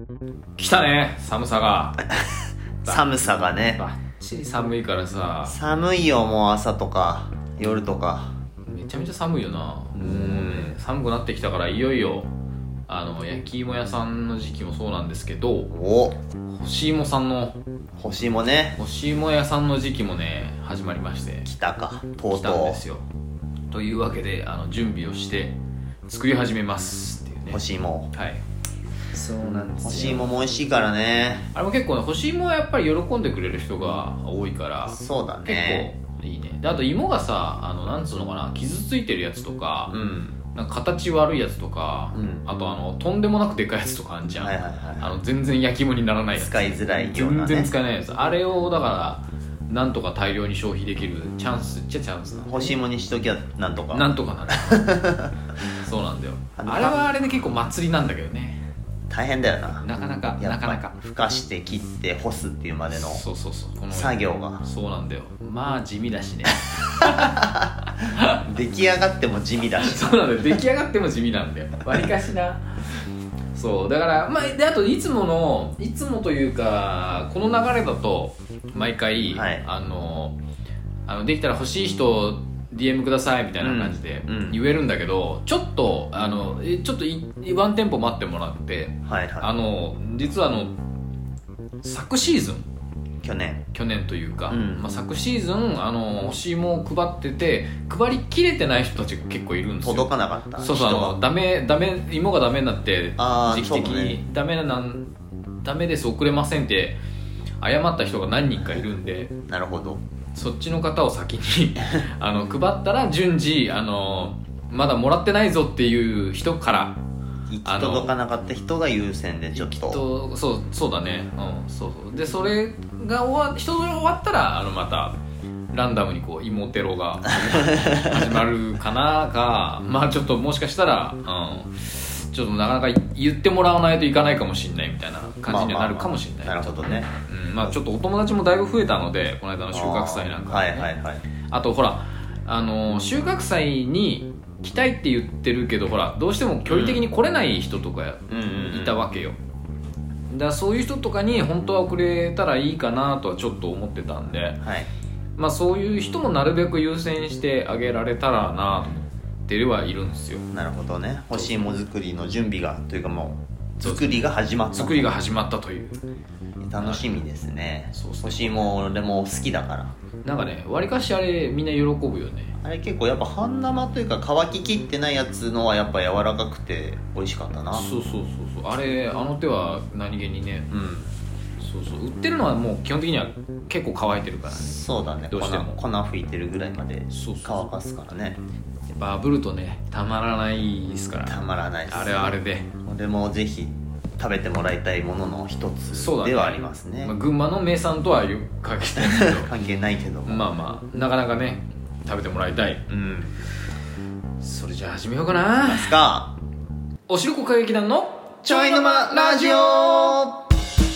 来たね、寒さが寒さがね、 バッチリ寒いからさ、 寒いよ。もう朝とか夜とかめちゃめちゃ寒いよな。もうね、寒くなってきたからいよいよ焼き芋屋さんの時期もそうなんですけど、 お干し芋さんの干し芋ね、 干し芋屋さんの時期もね始まりまして、 来たか、とう来たんとですよ。というわけで準備をして作り始めますっていううね。 干し芋。 はい、そうなんですよ。 干し芋も美味しいからね。 あれも結構ね、干し芋はやっぱり喜んでくれる人が多いからそうだ結ね。 構いいね。であと芋がさ、なんつうのかな、傷ついてるやつとか、 うんなんか形悪いやつとか、あととんでもなくでかいやつとかあんじゃん、 はいはいはい、 全然焼き芋にならないやつ、 使いづらいようなね。 全然使えないやつ、あれをだからなんとか大量に消費できるチャンスっちゃチャンスなんだ、 干し芋にしときゃなんとかなんとかなるそうなんだよ。あれはあれで結構祭りなんだけどね、 大変だよな。 なかなかやっぱなかなかふかして切って干すっていうまでのそうそうそう、この作業がそうなんだよ。まあ地味だしね出来上がっても地味だしそうなんだよ、出来上がっても地味なんだよ、わりかしな。そうだから、まあ、であといつもというかこの流れだと毎回、 はいできたら欲しい人 DM くださいみたいな感じで言えるんだけど、ちょっとワンテンポ待ってもらって、 はいは実は昨シーズン、 去年というか、 うん昨シーズン干し芋を配ってて、配りきれてない人たちが結構いるんですよ。 届かなかったそうそう、 人がダメ芋がダメになってあー時期的に、 そうねダメです、送れませんって謝った人が何人かいるんで、 なるほど。 そっちの方を先に配ったら順次まだもらってないぞっていう人から行き届かなかった人が優先でちょっとそうだね、そうそうで、それが一通り終わったらまたランダムにこう芋テロが始まるかなかまあちょっともしかしたら、ちょっとなかなか言ってもらわないといかないかもしれないみたいな感じにはなるかもしれない。 なるほどね。 ちょっとお友達もだいぶ増えたので、この間の収穫祭なんか、ね、 はいはいはい。 あとほら収穫祭に来たいって言ってるけど、ほらどうしても距離的に来れない人とかいたわけよ。だからそういう人とかに本当は送れたらいいかなとはちょっと思ってたんで、 はい、 そういう人もなるべく優先してあげられたらなと思ってはいるんですよ。 なるほどね。干し芋作りの準備がというか、もう作りが始まったという楽しみですね。干し芋俺も好きだから、 なんかね、わりかしあれみんな喜ぶよね。 あれ結構やっぱ半生というか乾ききってないやつのはやっぱ柔らかくて美味しかったな。 そうあれ手は何気にね、そう売ってるのはもう基本的には結構乾いてるからね。 そうだね、 どうしても粉吹いてるぐらいまで乾かすからね。 バブルとねたまらないですから。 たまらないです。 あれはあれで俺もぜひ食べてもらいたいものの一つではありますね。 群馬の名産とは関係ないけど関係ないけどなかなかね食べてもらいたい。それじゃあ始めようかな。 ますか。 おしるこ歌劇団のちょいのまラジオ。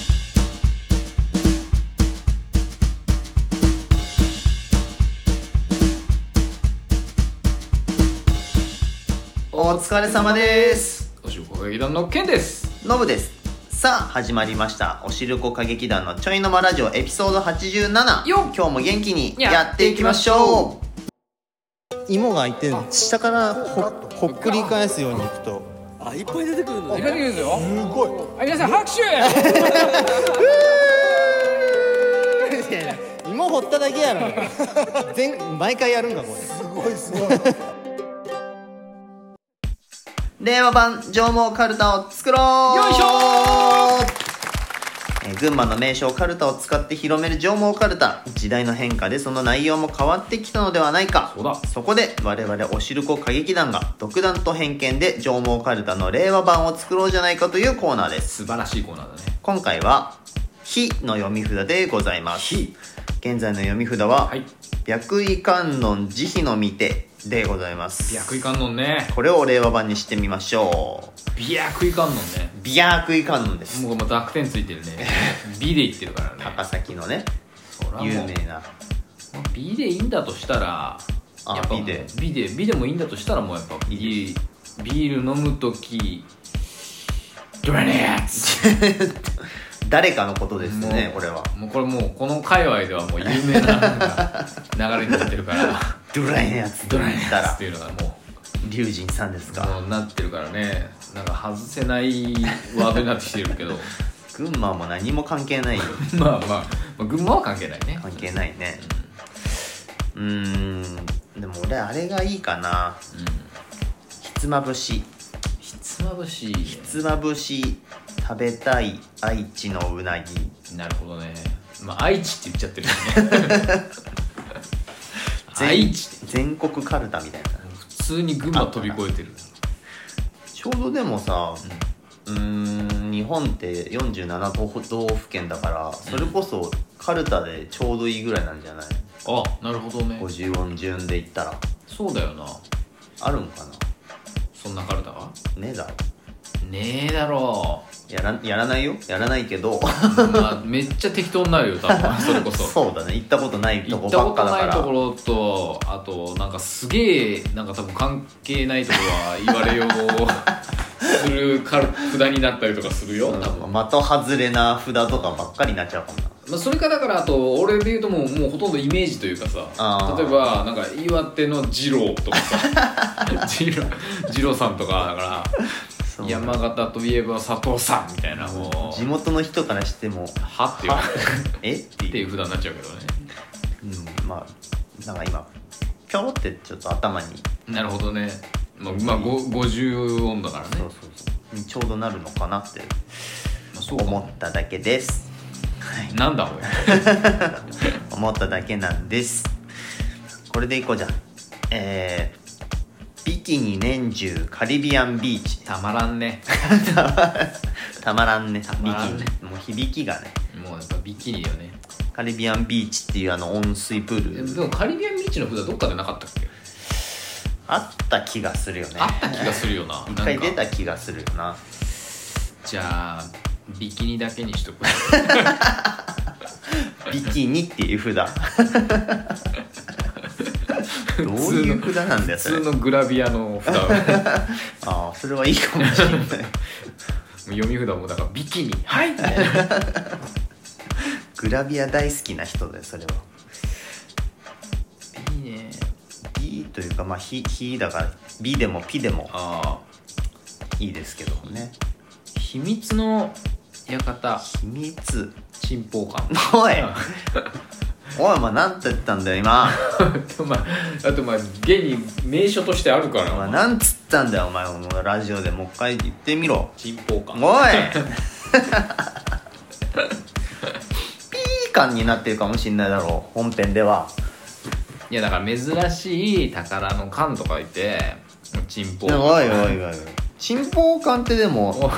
お疲れ様です。 おしるこ歌劇団のケンです。 ノブです。さあ始まりました、おしるこ歌劇団のちょいのまラジオエピソード87。今日も元気にやっていきましょう。芋が開いて下からほっくり返すようにいくといっぱい出てくるのね。 いっぱい出てくるんですよ。 すごい。 皆さん拍手芋掘っただけやろ毎回やるんかこれ。 すごいすごい。 令和版上毛かるたを作ろう。 よいしょ群馬の名称かるたを使って広める上毛かるた。時代の変化でその内容も変わってきたのではないか。そこで我々おしるこ歌劇団が独断と偏見で上毛かるたの令和版を作ろうじゃないかというコーナーです。 素晴らしいコーナーだね。 今回は火の読み札でございます。現在の読み札は、白衣観音慈悲の御手でございます。 白衣観音ね。 これを令和版にしてみましょう。 白衣観音ね。 白衣観音です。 もう濁点ついてるね。美で言ってるからね。 高崎のね有名な美でいいんだとしたら、やっぱ美でもいいんだとしたら、もうやっぱビール飲むときドラネッツ誰かのことですね、これは。 もうこれもうこの界隈ではもう有名な流れになってるからドライなやつドライったらなやつっていうのがも龍神さんですか。 うなってるからね、なんか外せないワードになってきてるけど群馬も何も関係ないよまあまあ群馬は関係ないね。 関係ないね。でも俺あれがいいかな。ひつまぶし。 ひつまぶし、 ひつまぶし食べたい愛知のうなぎ。 なるほどね。まあ愛知って言っちゃってるよね愛知って全国カルタみたいな。 普通に群馬飛び越えてる。 ちょうどでもさ、日本って47都道府県だからそれこそカルタでちょうどいいぐらいなんじゃない？ あ、なるほどね。 50音順で言ったらそうだよな。 あるんかな。 そんなカルタがねえだろ。 ねえだろやらないよ。やらないけどうまあめっちゃ適当になるよ多分それこそそうだね。行ったことないとこ行ったこばっかだからとないところと、あとなんかすげえなんか多分関係ないところは言われようする札になったりとかするよ多分。 的外れな札とかばっかりになっちゃうかもな。 まあ、それかだからあと俺で言うともうほとんどイメージというかさ、例えばなんか岩手の二郎とかさ二郎さんとかだから山形といえば佐藤さんみたいな、もう地元の人からしてもはっていうえっっていう札になっちゃうけどね。 まあなんか今ピョロってちょっと頭になるほどね。まあ50音だからね。 そうちょうどなるのかなってまあそうか思っただけです。 なんだおい思っただけなんです。これでいこうじゃん。ビキニ年中カリビアンビーチ。 たまらんねたまらんね。 たまらんね。 ビキニもう響きがね。 もうやっぱビキニだよね。 カリビアンビーチっていう温水プールでもカリビアンビーチの札どっかでなかったっけ？ あった気がするよね。 あった気がするよな。 一回出なんかた気がするよな。 じゃあビキニだけにしとくビキニっていう札どういう札なんだよそれ。 普通のグラビアの札ああそれはいいかもしれない読み札もだからビキニはいみたいなグラビア大好きな人だよそれは。 いいね。 いいというかまあひだから美でもピでもああいいですけどね。 秘密の館秘密チンポウカンおいおいお前なんて言ったんだよ今あとまあ現に名所としてあるからお前なんつったんだよお前もうラジオでもう一回言ってみろ。 チンポウカンおいピーカンになってるかもしんないだろう本編では。 いやだから珍しい宝の缶とか言ってチンポウカンおいおいおいチンポウカンってでも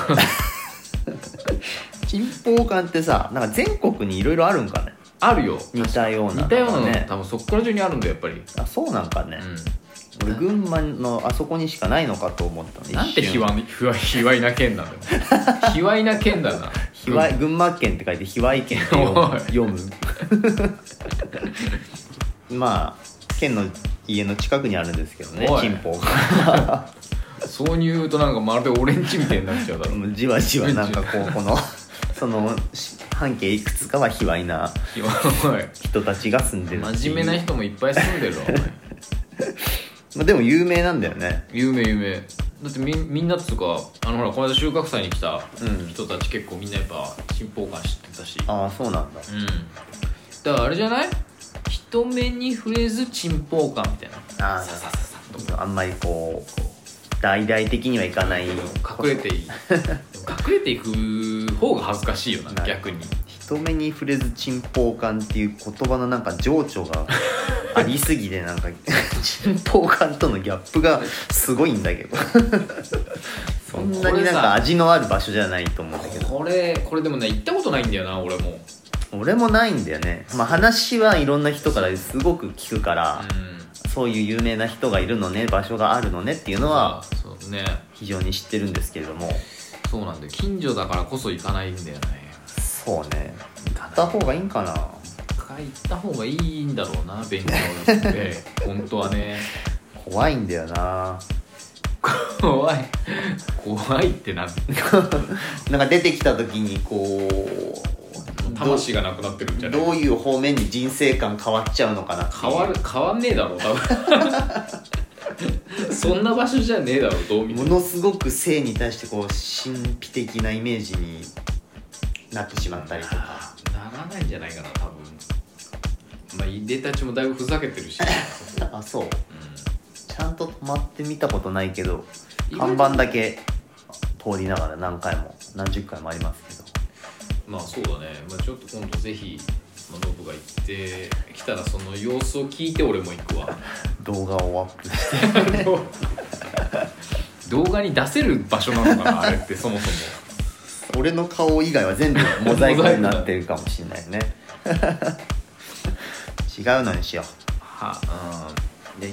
チンポウカンってさなんか全国にいろいろあるんかね。 あるよ似たような似たようなのね。 多分そこら中にあるんだよやっぱり。 あそうなんかね、 う俺群馬のあそこにしかないのかと思ったの。 なんて卑猥な県なんだよ卑猥な県だな群馬県って書いて卑猥県って読むまあ県の家の近くにあるんですけどねおいチンポウがそう言うとなんかまるで俺んちみたいになっちゃうだろじわじわなんかこうこのその半径いくつかは卑猥な卑猥人たちが住んでるっていう。 真面目な人もいっぱい住んでるわお前まあでも有名なんだよね。 有名だってみんなっつうかほらこの間収穫祭に来た人たち結構みんなやっぱチンポウカン知ってたしああそうなんだ。 だからあれじゃない人目に触れずチンポウカンみたいなああささささっとあんまりこう大々的にはいかない隠れて隠れていく方が恥ずかしいよな逆に。 人目に触れずチンポウカンっていう言葉のなんか情緒がありすぎてなんかチンポウカンとのギャップがすごいんだけどそんなになんか味のある場所じゃないと思うんだけど。 これでもね行ったことないんだよな俺もないんだよね。まあ話はいろんな人からすごく聞くから、そういう有名な人がいるのね場所があるのねっていうのはそうね非常に知ってるんですけれども。 そうなんだよ近所だからこそ行かないんだよね。 そうね行った方がいいんかな。 行った方がいいんだろうな勉強って本当はね怖いんだよな。 怖い怖いってなんなんか出てきた時にこう魂がなくなってるんじゃない？ どういう方面に人生観変わっちゃうのかなっていう。 変わんねえだろ多分そんな場所じゃねえだろどう見ても。 ものすごく性に対してこう神秘的なイメージになってしまったりとか。 ならないんじゃないかな多分。まあいでたちもだいぶふざけてるしあ、そう、ちゃんと止まってみたことないけど、看板だけ通りながら何回も何十回もありますけど。 まあそうだね、まあ、ちょっと今度ぜひノブが行ってきたらその様子を聞いて俺も行くわ動画をアップして動画に出せる場所なのかなあれってそもそも俺の顔以外は全部モザイクになってるかもしれないね違うのにしよう。 は、で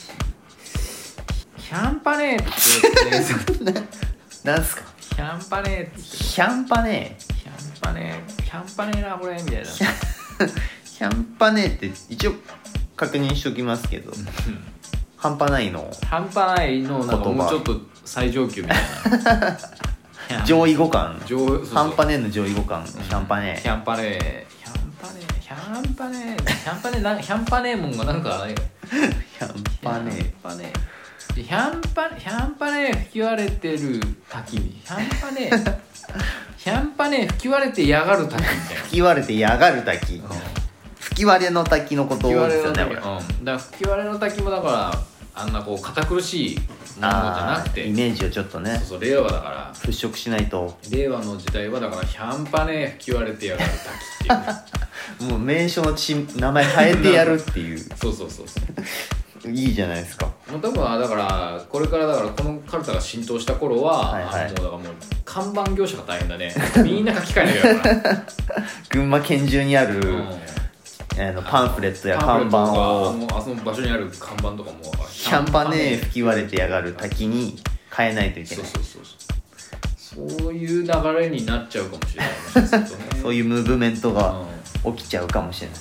キャンパネーってなんすかキャンパネーってキャンパネーキャンパネーなこれみたいなキャンパネーって一応確認しときますけど半端ないの半端ないのなんかもうちょっと最上級みたいな上位互換そう半端ねえの上位互換、キャンパネーキャンパネーキャンパネーもんがなんかないキャンパネーキャンパネー吹き割れてる滝にキャンパネー吹き割れてやがる滝みたいな吹き割れてやがる滝、吹き割れの滝のことですよね。 だから吹き割れの滝もだからあんなこう堅苦しいものじゃなくてイメージをちょっとねそう令和だから払拭しないと。 令和の時代はだからキャンパネー吹き割れてやがる滝っていうもう名所の名前変えてやるっていうそういいじゃないですか。 もう多分だからこれからだからこのカルタが浸透した頃は、 はいはい、 もうだからもう看板業者が大変だねみんな書き換えなきゃいけないから群馬県中にある、パンフレットや看板をあその場所にある看板とかもキャンパネー吹き割れてやがる滝に変えないといけない。 そういう流れになっちゃうかもしれないですねそういうムーブメントが起きちゃうかもしれない、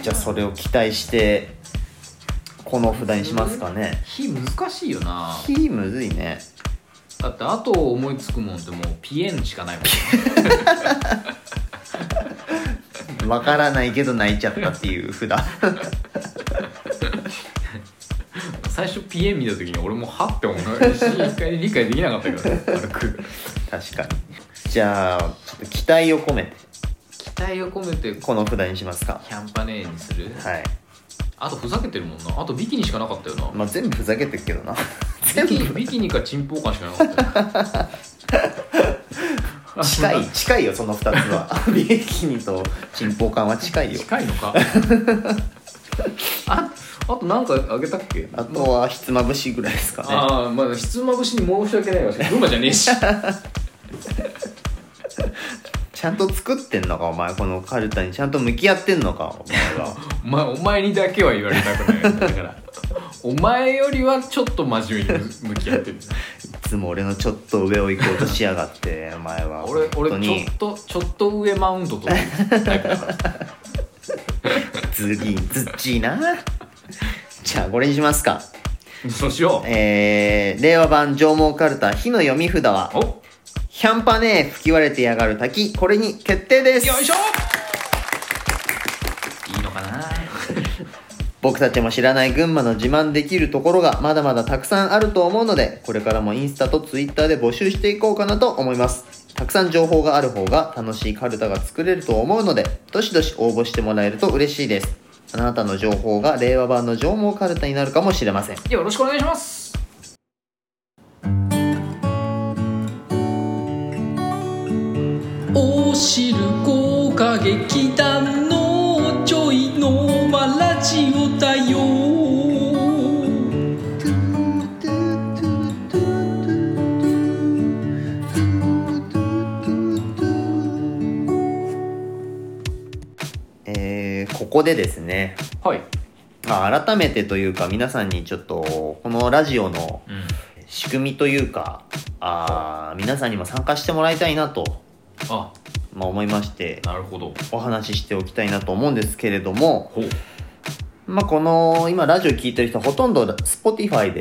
じゃあそれを期待してこの札にしますかね。 火難しいよな。 火むずいね。 だってあと思いつくもんってもうピエンしかないもんわからないけど泣いちゃったっていう札最初ピエン見た時に俺もはって思う一回理解できなかったけどね確かに。じゃあちょっと期待を込めてこの札にしますか。 キャンパネーにする。 はい。 あとふざけてるもんな。あとビキニしかなかったよな。 まあ全部ふざけてるけどなビキニかチンポーカンしかなかったよ近いよその2つはビキニとチンポーカンは近いよ。 近いのかあと何かあげたっけ。 あとはひつまぶしぐらいですかね。 ああ、まあひつまぶしに申し訳ないわ。群馬じゃねえしちゃんと作ってんのかお前。このカルタにちゃんと向き合ってんのかお前はお前にだけは言われたくないだからお前よりはちょっと真面目に向き合ってるいつも俺のちょっと上を行こうとしやがってお前は俺ちょっと上マウント取るタイプだからずっちいな。じゃあこれにしますか。 そうしよう。 令和版上毛カルタ火の読み札はキャンパネー吹き割れてやがる滝、これに決定です。 よいしょいいのかな僕たちも知らない群馬の自慢できるところがまだまだたくさんあると思うので、これからもインスタとツイッターで募集していこうかなと思います。たくさん情報がある方が楽しいカルタが作れると思うので、どしどし応募してもらえると嬉しいです。あなたの情報が令和版の上毛カルタになるかもしれません。 よろしくお願いします。おしるこ歌劇団のちょいのまラジオだよ。 ここでですね、 はい。 改めてというか皆さんにちょっとこのラジオの仕組みというか、皆さんにも参加してもらいたいなと思いまして、 なるほど、 お話ししておきたいなと思うんですけれども、この今ラジオ聞いてる人ほとんど Spotify で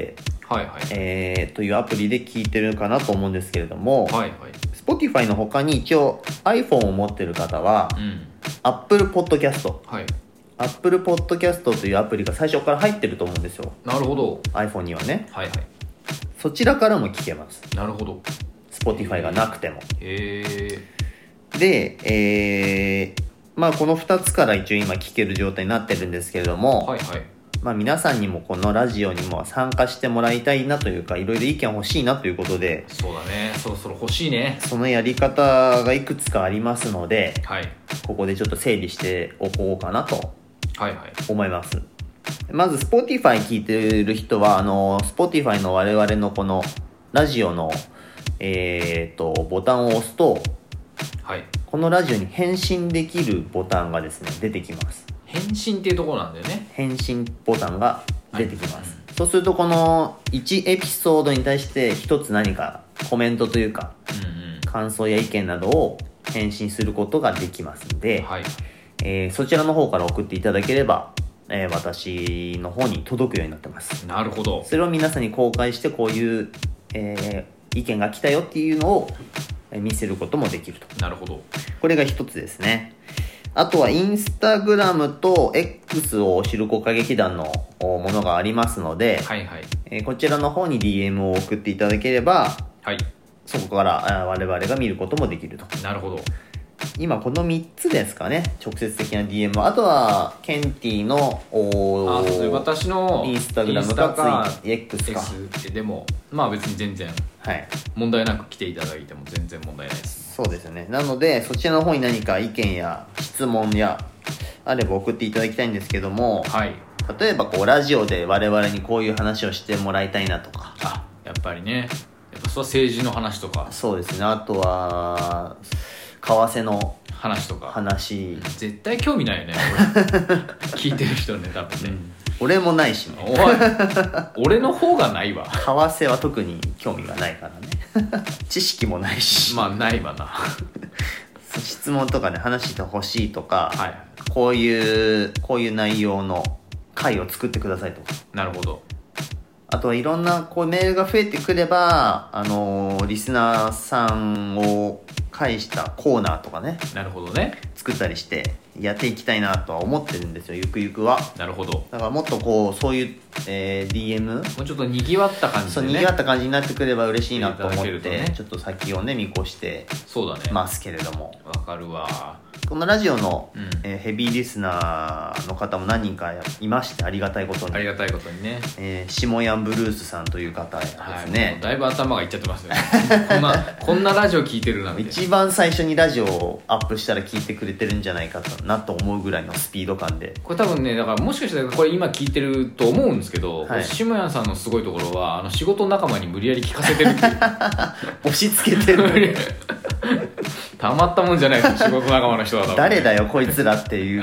はいはいというアプリで聞いてるかなと思うんですけれども、 はいはい Spotify の他に一応 iPhone を持ってる方は、 うん Apple Podcast、 はい Apple Podcast というアプリが最初から入ってると思うんですよ。 なるほど iPhone にはね。 はいはいそちらからも聞けます。 なるほど Spotify がなくても。 へえで、まあこの2つから一応今聞ける状態になってるんですけれども、 はいはいまあ皆さんにもこのラジオにも参加してもらいたいなというか、いろいろ意見欲しいなということで、 そうだねそろそろ欲しいねそのやり方がいくつかありますので、 はいここでちょっと整理しておこうかなとはいはい思います。まず Spotify 聞いてる人はSpotify の我々のこのラジオのボタンを押すと、 はいこのラジオに返信できるボタンがですね出てきます。 返信っていうところなんだよね返信ボタンが出てきます、そうするとこの1エピソードに対して一つ何かコメントというかうんうん感想や意見などを返信することができますので、 はいそちらの方から送っていただければ、私の方に届くようになってます。 なるほどそれを皆さんに公開してこういう、意見が来たよっていうのを見せることもできると。 なるほどこれが一つですね。あとはインスタグラムと X をおしるこ歌劇団のものがありますので、 はいはいこちらの方に DM を送っていただければ、 はいそこから我々が見ることもできると。 なるほど今この3つですかね、直接的な DM。 あとはケンティのそういう私のインスタグラムかツイ X か X でもまあ別に全然はい問題なく来ていただいても全然問題ないですそうですね。なのでそちらの方に何か意見や質問やあれば送っていただきたいんですけども、 はい例えばこうラジオで我々にこういう話をしてもらいたいなとか、 やっぱりねやっぱそう政治の話とかそうですね、あとは為替の話とか話、 絶対興味ないよね聞いてる人ね多分ね、 俺もないしね。 おい俺の方がないわ為替は特に興味がないからね知識もないし、 まあないわな質問とかで話してほしいとか、 はいこういう内容の回を作ってくださいとか、 なるほどあとはいろんなこうメールが増えてくればリスナーさんを介したコーナーとかねなるほどね作ったりしてやっていきたいなとは思ってるんですよ、ゆくゆくは。 なるほどだからもっとこうそういう、DM もうちょっとにぎわった感じでねそうにぎわった感じになってくれば嬉しいなと思っいただけて、 るとねちょっと先をね見越してそうだねますけれども、 わかるわこのラジオの、 うんヘビーリスナーの方も何人かいまして、ありがたいことにありがたいことにねシモヤンブルースさんという方ですはいね、 もうだいぶ頭がいっちゃってますよねこんなラジオ聞いてるなんて一番最初にラジオをアップしたら聞いてくれてるんじゃないかなと思うぐらいのスピード感で、 これ多分ねだからもしかしたらこれ今聞いてると思うんですけど、 はい下谷さんのすごいところは仕事仲間に無理やり聞かせてるっていう押し付けてるたまったもんじゃないです仕事仲間の人は多分誰だよこいつらっていう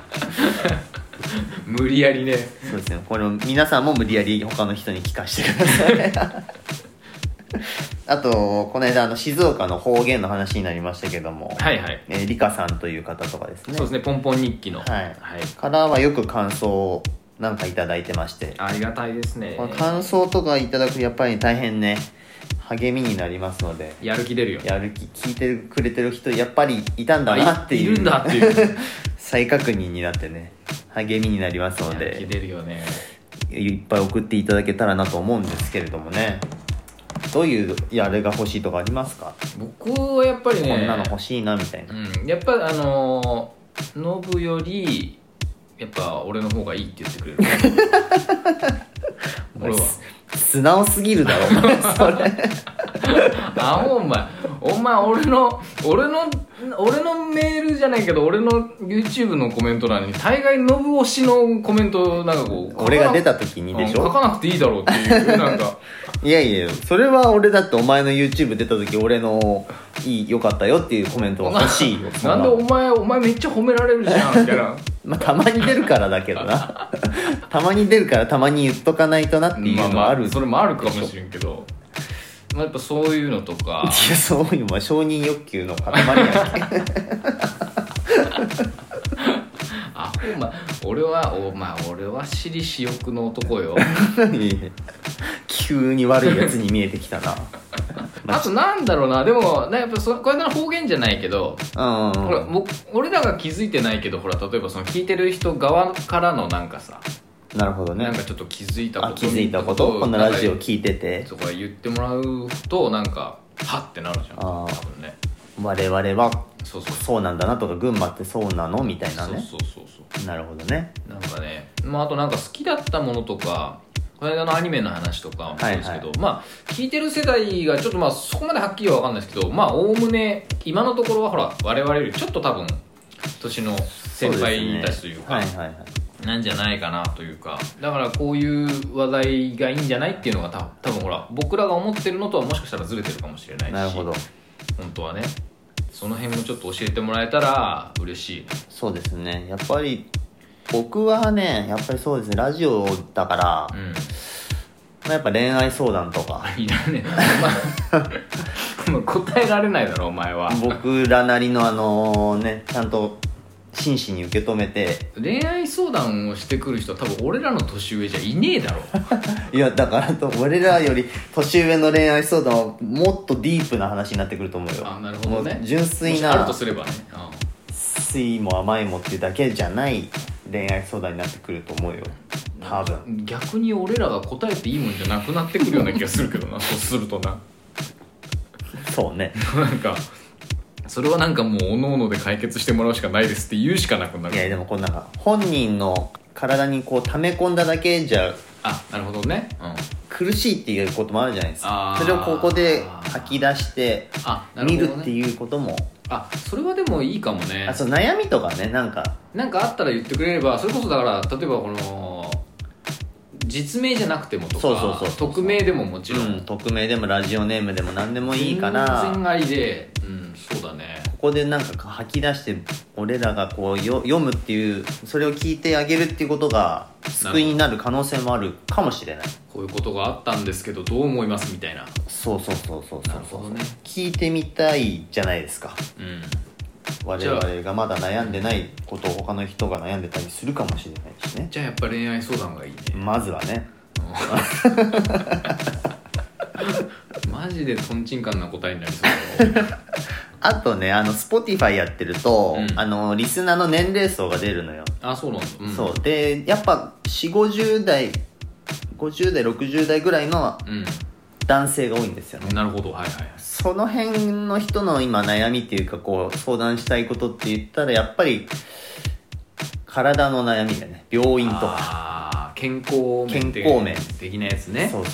無理やりねそうですね、これ皆さんも無理やり他の人に聞かせてくださいあとこの間静岡の方言の話になりましたけども、 はいはいリカさんという方とかですね、 そうですねポンポン日記のはいからはよく感想なんかいただいてまして、 ありがたいですねこの感想とかいただくとやっぱり大変ね励みになりますので、 やる気出るよやる気聞いてくれてる人やっぱりいたんだなっていういるんだっていう再確認になってね励みになりますのやる気で、 出るよねいっぱい送っていただけたらなと思うんですけれどもね、どういうあれが欲しいとかありますか？ 僕はやっぱりねこんなの欲しいなみたいな、 やっぱノブよりやっぱ俺の方がいいって言ってくれる俺は素直すぎるだろそれお前俺のメールじゃないけど俺の YouTube のコメント欄に大概ノブ推しのコメントなんかこう俺が出た時にでしょ、 書かなくていいだろうっていうなんかいやいやそれは俺だってお前の YouTube 出た時俺の良かったよっていうコメントは欲しいよなんでお前めっちゃ褒められるじゃんみたいなまあたまに出るからだけどなたまに出るからたまに言っとかないとなっていうのもある、 それもあるかもしれんけどやっぱそういうのとかいやそういうのは承認欲求の塊やんけ俺は私利私欲の男よ急に悪いやつに見えてきたなあとなんだろうな、でもやっぱこれの方言じゃないけど、 うんほら俺らが気づいてないけど、ほら例えばその聞いてる人側からのなんかさ、 なるほどね。 なんかちょっと気づいたこと気づいたことこのラジオ聞いててそこは言ってもらうとなんかはってなるじゃん。多分ね、 我々はそうそうそうなんだなとか群馬ってそうなのみたいなね。 そうそうそうなるほどね。 なんかね、あとなんか好きだったものとか、この間のアニメの話とかもそうですけど、聞いてる世代がちょっとそこまではっきりは分かんないですけど、おおむね今のところはほら我々よりちょっと多分年の先輩たちというかなんじゃないかなというか、だからこういう話題がいいんじゃないっていうのが多分ほら僕らが思ってるのとはもしかしたらずれてるかもしれないし、 なるほど。 本当はね、その辺もちょっと教えてもらえたら嬉しいね。そうですね。やっぱり僕はね、やっぱりそうですね、ラジオだから、やっぱ恋愛相談とかいらねえ答えられないだろお前は。 僕らなりのね、ちゃんと真摯に受け止めて。 恋愛相談をしてくる人は多分俺らの年上じゃいねえだろいやだから俺らより年上の恋愛相談はもっとディープな話になってくると思うよ。 あ、なるほどね。 純粋なあるとすればね、 酸いも甘いもっていうだけじゃない恋愛相談になってくると思うよ多分。 逆に俺らが答えていいもんじゃなくなってくるような気がするけどなそうするとなそうねなんかそれはなんかもう各々で解決してもらうしかないですって言うしかなくなる。 いやでもこうなんか本人の体にこう溜め込んだだけじゃなるほどね、 苦しいっていうこともあるじゃないですか。それをここで吐き出して見るっていうこともそれはでもいいかもね。 そう悩みとかね、なんかあったら言ってくれれば、それこそだから例えばこの実名じゃなくてもとか、 そう匿名でももちろん、 匿名でもラジオネームでも何でもいいから全然ありで、そうだね。 ここでなんか吐き出して俺らがこう読むっていう、それを聞いてあげるっていうことが救いになる可能性もあるかもしれない。 こういうことがあったんですけどどう思いますみたいな。 そうなるほどね。 聞いてみたいじゃないですか。我々がまだ悩んでないことを他の人が悩んでたりするかもしれないしね。 じゃあやっぱ恋愛相談がいいね。 まずはねマジでトンチンカンな答えになりそうだあとね、Spotify やってると、リスナーの年齢層が出るのよ。 そうなんだ、 そうでやっぱ4、50代50代60代ぐらいの男性が多いんですよね。 なるほど、 その辺の人の今悩みっていうかこう相談したいことって言ったらやっぱり体の悩みだね。病院とか健康面的なやつね。 そう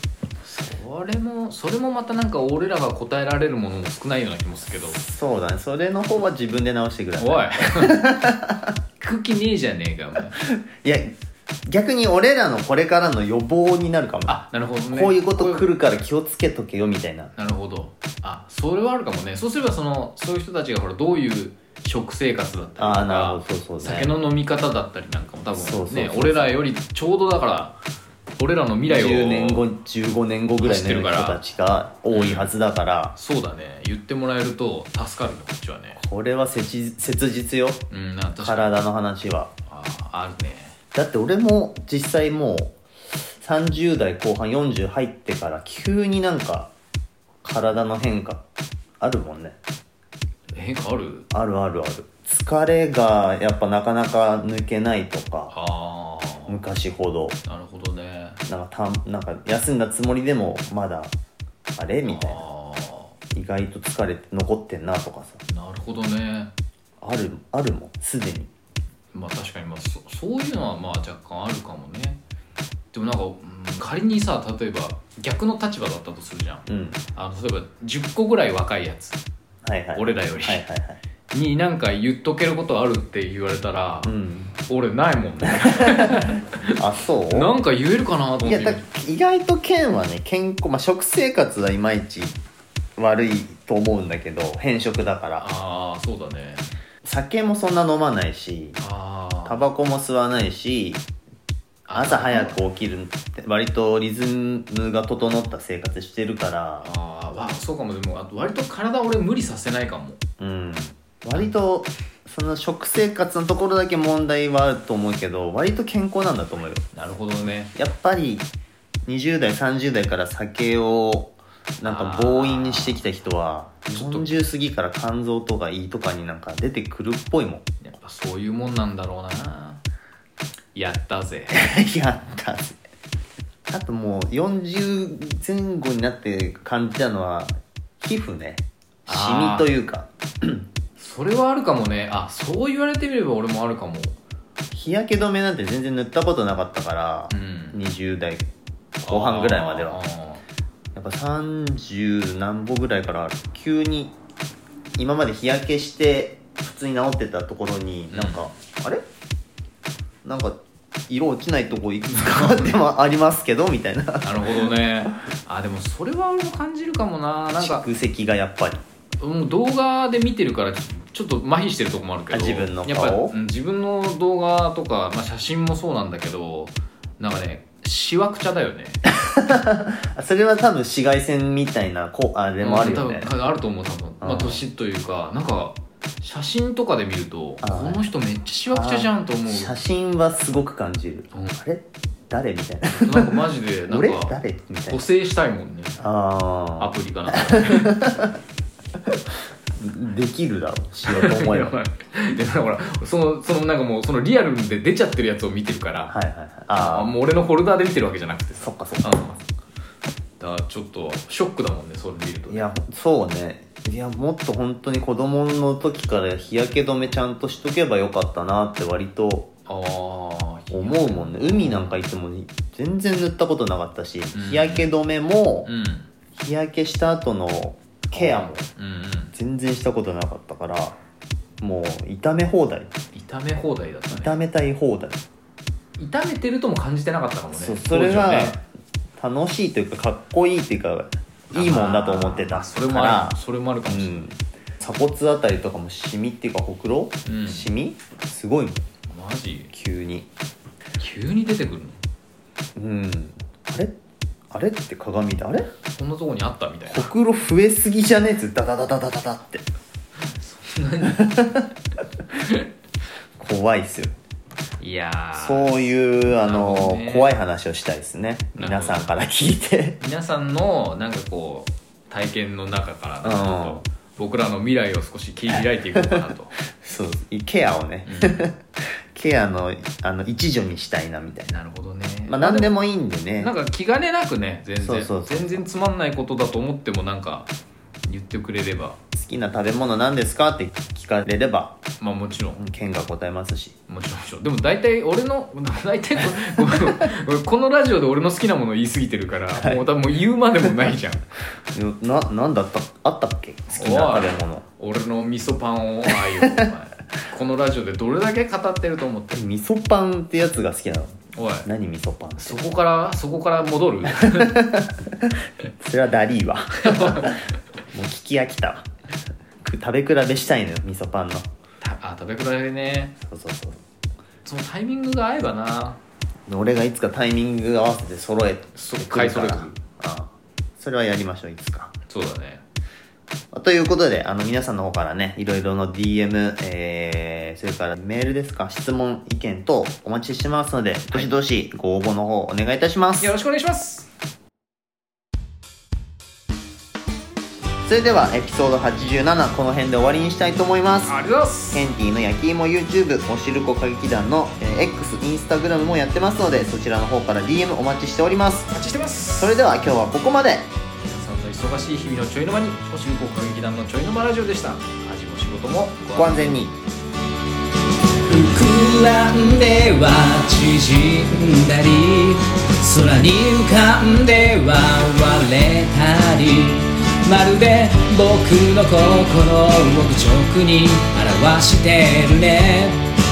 それもまたなんか俺らが答えられるものも少ないような気もするけど。 そうだね、それの方は自分で直してください。 おい空気ねえじゃねえかお前。 いや逆に俺らのこれからの予防になるかも。 なるほどね。 こういうこと来るから気をつけとけよみたいな。 なるほど。それはあるかもね。そうすればそういう人たちがほらどういう食生活だったりとか、 なるほど、そうね、 酒の飲み方だったりなんかも多分ね、俺らよりちょうどだから俺らの未来を 10年後15年後ぐらいの人たちが多いはずだから、 そうだね。言ってもらえると助かるね、こっちはね。 これは切実よ、体の話は。 あるね。 だって俺も実際もう30代後半40入ってから急になんか体の変化あるもんね。 変化ある？ ある疲れがやっぱなかなか抜けないとか、昔ほど。 なるほどね。 なんか休んだつもりでもまだあれみたいな、意外と疲れて残ってんなとかさ。 なるほどね。 あるもんすでに。 確かにそういうのは若干あるかもね。でもなんか、仮にさ、例えば逆の立場だったとするじゃん、例えば10個ぐらい若いやつ、俺らより、になんか言っとけることあるって言われたら、俺ないもんねそうなんか言えるかなと思って。 いや意外とケンはね健康、食生活はいまいち悪いと思うんだけど偏食だから。 そうだね。 酒もそんな飲まないし、タバコも吸わないし、朝早く起きるって割とリズムが整った生活してるから。 そうかも。でもあと割と体俺無理させないかも。 割とその食生活のところだけ問題はあると思うけど割と健康なんだと思うよ。 なるほどね。 やっぱり 20代30代から酒をなんか暴飲してきた人は40過ぎから肝臓とか胃とかになんか出てくるっぽいもん。 やっぱそういうもんなんだろうな。やったぜやったぜ。あともう40前後になって感じたのは皮膚ね、シミというかそれはあるかもね。あ、そう言われてみれば俺もあるかも。 日焼け止めなんて全然塗ったことなかったから、20代後半ぐらいまではやっぱ30何歩ぐらいから急に今まで日焼けして普通に治ってたところになんか、あれなんか色落ちないとこいくつかあってもありますけどみたいな。 なるほどね。あ、でもそれは俺も感じるかもな。なんか蓄積がやっぱりもう動画で見てるからちょっと麻痺してるとこもあるけど、 自分の顔やっぱ自分の動画とか、まあ、写真もそうなんだけど、なんかねしわくちゃだよねそれは多分紫外線みたいなあれもあるよね。 多分あると思う。多分、まあ、年というかなんか写真とかで見るとこの人めっちゃしわくちゃじゃんと思う。 写真はすごく感じる、あれ誰みたいな。 なんかマジでなんか俺誰みたいな。 補正したいもんね。アプリかなできるだろうしようと思えばでほらそのなんかもうそのリアルで出ちゃってるやつを見てるから、 はいはいはい、 もう俺のフォルダで見てるわけじゃなくて。 そっかそっか。 だからちょっとショックだもんね、それ見ると。 いやそうね。いやもっと本当に子供の時から日焼け止めちゃんとしとけばよかったなって割と思うもんね。海なんか行っても全然塗ったことなかったし、日焼け止めも、日焼けした後のケアも全然したことなかったから、もう炒め放題だったね。 炒めたい放題。 炒めてるとも感じてなかったかもね。 それが楽しいというかかっこいいっていうかいいもんだと思ってたから。 それもあるかもしれない、 鎖骨あたりとかもシミっていうかほくろ、シミすごいもん。 マジ急に出てくるの。 あれって鏡であれこんなとこにあったみたいな。 ほくろ増えすぎじゃねえってダダダダダダダってそんなに怖いっすよ。 いやそういうね、 怖い話をしたいですね。皆さんから聞いて皆さんのなんかこう体験の中からちょっと僕らの未来を少し切り開いていこうかなとそうケアをね、ケアの一助にしたいなみたいな。 なるほどね。 まあ何でもいいんでね。 なんか気兼ねなくね、全然そう全然つまんないことだと思ってもなんか言ってくれれば。 好きな食べ物何ですかって聞かれれば、 まあもちろんケンが答えますし。 もちろんでも大体このラジオで俺の好きなもの言い過ぎてるから、もう多分言うまでもないじゃんなんだったあったっけ好きな食べ物。 俺の味噌パンをお前このラジオでどれだけ語ってると思ってる。 味噌パンってやつが好きなの。 おい何味噌パンって。 そこから戻るそれはダリーわもう聞き飽きたわ。食べ比べしたいのよ味噌パンの。 食べ比べね。 そうそのタイミングが合えばな。 俺がいつかタイミング合わせて買い揃える。それはやりましょういつか。 そうだね。 ということで皆さんの方からねいろいろの DM、それからメールですか、質問意見等お待ちしてますので、どしどしご応募の方お願いいたします。 よろしくお願いします。 それではエピソード87この辺で終わりにしたいと思います。 ありがとうございます。 ケンティの焼き芋 YouTube おしるこ歌劇団の、X インスタグラムもやってますので、そちらの方から DM お待ちしております。 お待ちしてます。 それでは今日はここまで。 皆さんの忙しい日々のちょいの間におしるこ歌劇団のちょいの間ラジオでした。味も仕事もご安全に。 膨らんでは縮んだり、空に浮かんでは割れたり、まるで僕の心を愚直に表してるね。